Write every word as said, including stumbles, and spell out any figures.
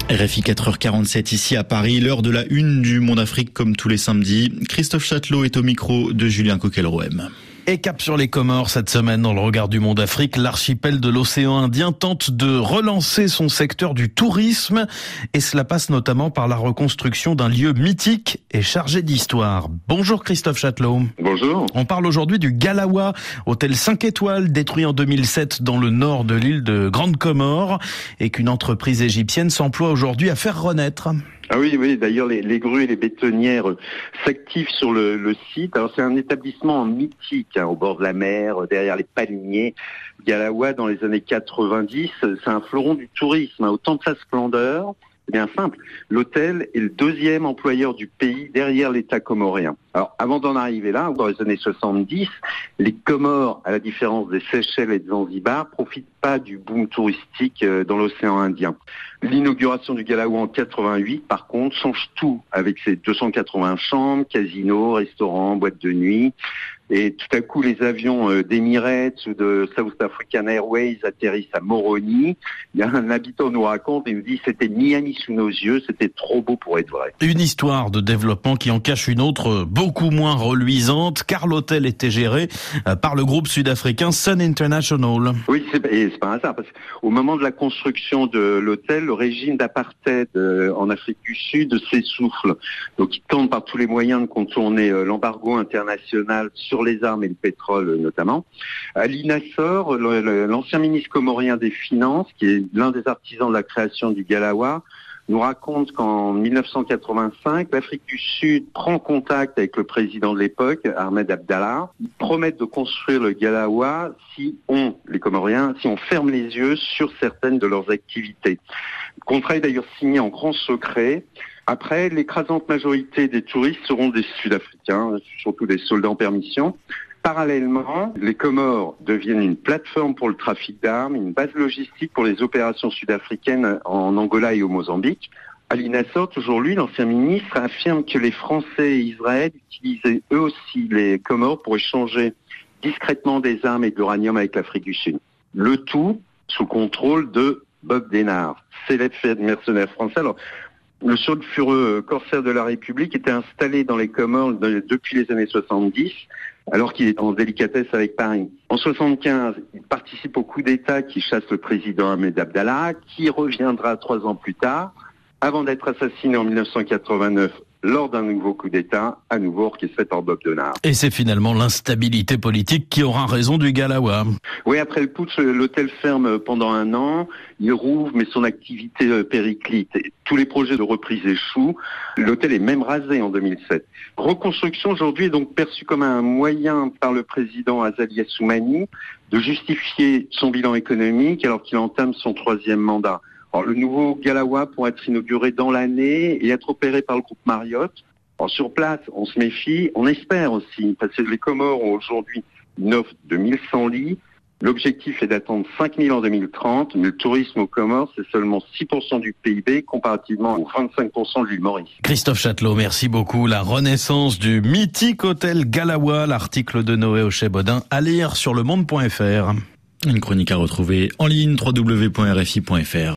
R F I quatre heures quarante-sept ici à Paris, l'heure de la une du Monde Afrique comme tous les samedis. Christophe Chatelot est au micro de Julien Coquelroem. Et cap sur les Comores cette semaine dans le regard du Monde Afrique, l'archipel de l'océan Indien tente de relancer son secteur du tourisme et cela passe notamment par la reconstruction d'un lieu mythique et chargé d'histoire. Bonjour Christophe Chatelot. Bonjour. On parle aujourd'hui du Galawa, hôtel cinq étoiles détruit en deux mille sept dans le nord de l'île de Grande Comore et qu'une entreprise égyptienne s'emploie aujourd'hui à faire renaître. Ah oui, oui. D'ailleurs, les, les grues et les bétonnières s'activent sur le, le site. Alors, c'est un établissement mythique, hein, au bord de la mer, derrière les palmiers. Galawa, dans les années quatre-vingt-dix, c'est un fleuron du tourisme. Hein, au temps de sa splendeur, c'est bien simple. L'hôtel est le deuxième employeur du pays derrière l'État comorien. Alors, avant d'en arriver là, dans les années soixante-dix, les Comores, à la différence des Seychelles et de Zanzibar, profitent pas du boom touristique dans l'océan Indien. L'inauguration du Galawa en quatre-vingt-huit, par contre, change tout avec ses deux cent quatre-vingts chambres, casinos, restaurants, boîtes de nuit. Et tout à coup, les avions d'Emirates ou de South African Airways atterrissent à Moroni. Il y a un habitant nous raconte et nous dit c'était Miami sous nos yeux, c'était trop beau pour être vrai. Une histoire de développement qui en cache une autre beaucoup moins reluisante, car l'hôtel était géré par le groupe sud-africain Sun International. Oui, c'est, et c'est pas un hasard, parce qu'au moment de la construction de l'hôtel, le régime d'apartheid en Afrique du Sud s'essouffle. Donc ils tentent par tous les moyens de contourner l'embargo international sur les armes et le pétrole notamment. Ali Nassor, l'ancien ministre comorien des Finances, qui est l'un des artisans de la création du Galawa, nous raconte qu'en mille neuf cent quatre-vingt-cinq, l'Afrique du Sud prend contact avec le président de l'époque, Ahmed Abdallah. Ils promettent de construire le Galawa si on, les Comoriens, si on ferme les yeux sur certaines de leurs activités. Le contrat est d'ailleurs signé en grand secret. Après, l'écrasante majorité des touristes seront des Sud-Africains, surtout des soldats en permission. Parallèlement, les Comores deviennent une plateforme pour le trafic d'armes, une base logistique pour les opérations sud-africaines en Angola et au Mozambique. Ali Nassor, toujours lui, l'ancien ministre, affirme que les Français et Israël utilisaient eux aussi les Comores pour échanger discrètement des armes et de l'uranium avec l'Afrique du Sud. Le tout sous contrôle de Bob Denard, célèbre mercenaire français. Alors, le sulfureux corsaire de la République était installé dans les Comores depuis les années soixante-dix, alors qu'il est en délicatesse avec Paris. En soixante-quinze, il participe au coup d'État qui chasse le président Ahmed Abdallah, qui reviendra trois ans plus tard, avant d'être assassiné en mille neuf cent quatre-vingt-neuf lors d'un nouveau coup d'État, à nouveau orchestré par Bob Denard. Et c'est finalement l'instabilité politique qui aura raison du Galawa. Oui, après le putsch, l'hôtel ferme pendant un an, il rouvre, mais son activité périclite. Tous les projets de reprise échouent. L'hôtel est même rasé en deux mille sept. Reconstruction aujourd'hui est donc perçue comme un moyen par le président Azali Assoumani de justifier son bilan économique alors qu'il entame son troisième mandat. Alors, le nouveau Galawa pourrait être inauguré dans l'année et être opéré par le groupe Marriott. Alors, sur place, on se méfie, on espère aussi, parce que les Comores ont aujourd'hui une offre de mille cent lits. L'objectif est d'attendre cinq mille en deux mille trente, mais le tourisme aux Comores, c'est seulement six pour cent du P I B comparativement aux vingt-cinq pour cent de l'île Maurice. Christophe Chatelot, merci beaucoup. La renaissance du mythique hôtel Galawa, l'article de Noé Auchet-Bodin, à lire sur le monde point f r. Une chronique à retrouver en ligne, w w w point r f i point f r.